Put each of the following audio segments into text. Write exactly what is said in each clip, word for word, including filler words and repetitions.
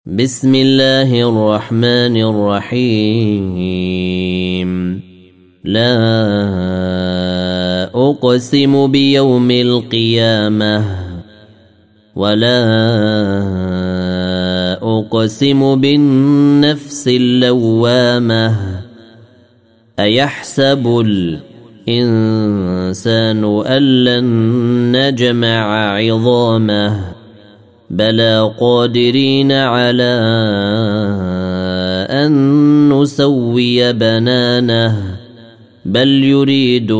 بسم الله الرحمن الرحيم. لا أقسم بيوم القيامة ولا أقسم بالنفس اللوامة. أيحسب الإنسان أن لن نجمع عظامه بلى قادرين على أن نسوي بنانه بل يريد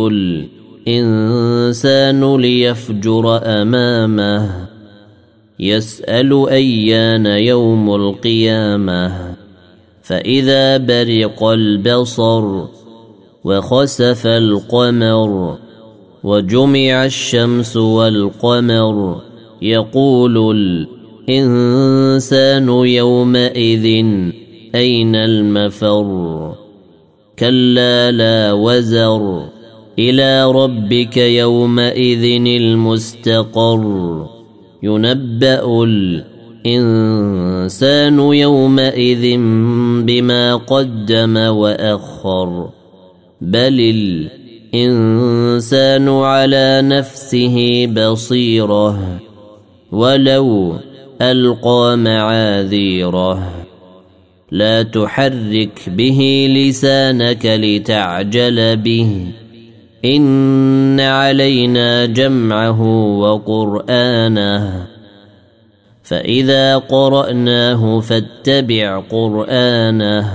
الإنسان ليفجر أمامه يسأل أيان يوم القيامة فإذا برق البصر وخسف القمر وجمع الشمس والقمر يقول الإنسان يومئذ أين المفر كلا لا وزر إلى ربك يومئذ المستقر ينبأ الإنسان يومئذ بما قدم وأخر بل الإنسان على نفسه بصيرة ولو ألقى معاذيره لا تحرك به لسانك لتعجل به إن علينا جمعه وقرآنه فإذا قرأناه فاتبع قرآنه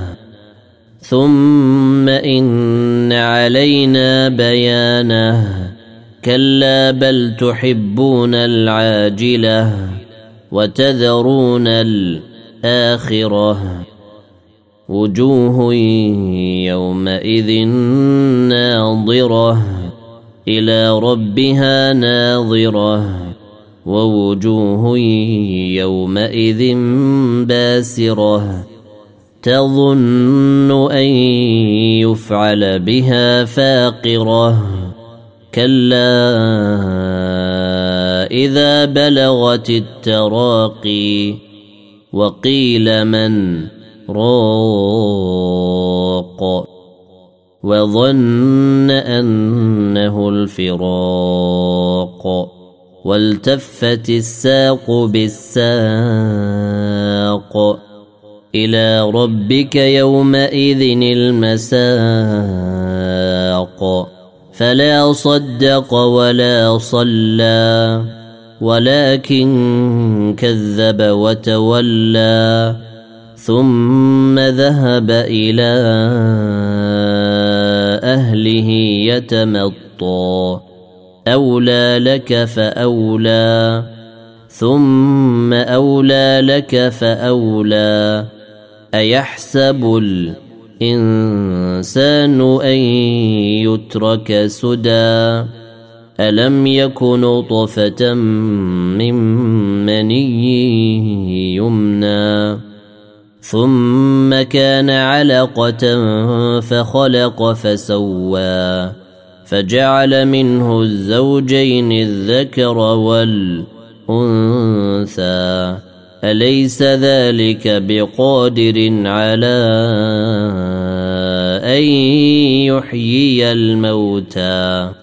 ثم إن علينا بيانه كلا بل تحبون العاجلة وتذرون الآخرة وجوه يومئذ ناظرة إلى ربها ناظرة ووجوه يومئذ باسرة تظن أن يفعل بها فاقرة كلا إذا بلغت التراقي وقيل من راق وظن أنه الفراق والتفت الساق بالساق إلى ربك يومئذ المساق فلا صدق ولا صلى ولكن كذب وتولى ثم ذهب إلى أهله يتمطى أولى لك فأولى ثم أولى لك فأولى أيحسب الإنسان أن يترك سدى ألم يكن نطفة من مني يمنى ثم كان علقة فخلق فسوى فجعل منه الزوجين الذكر والأنثى أليس ذلك بقادر على أن يحيي الموتى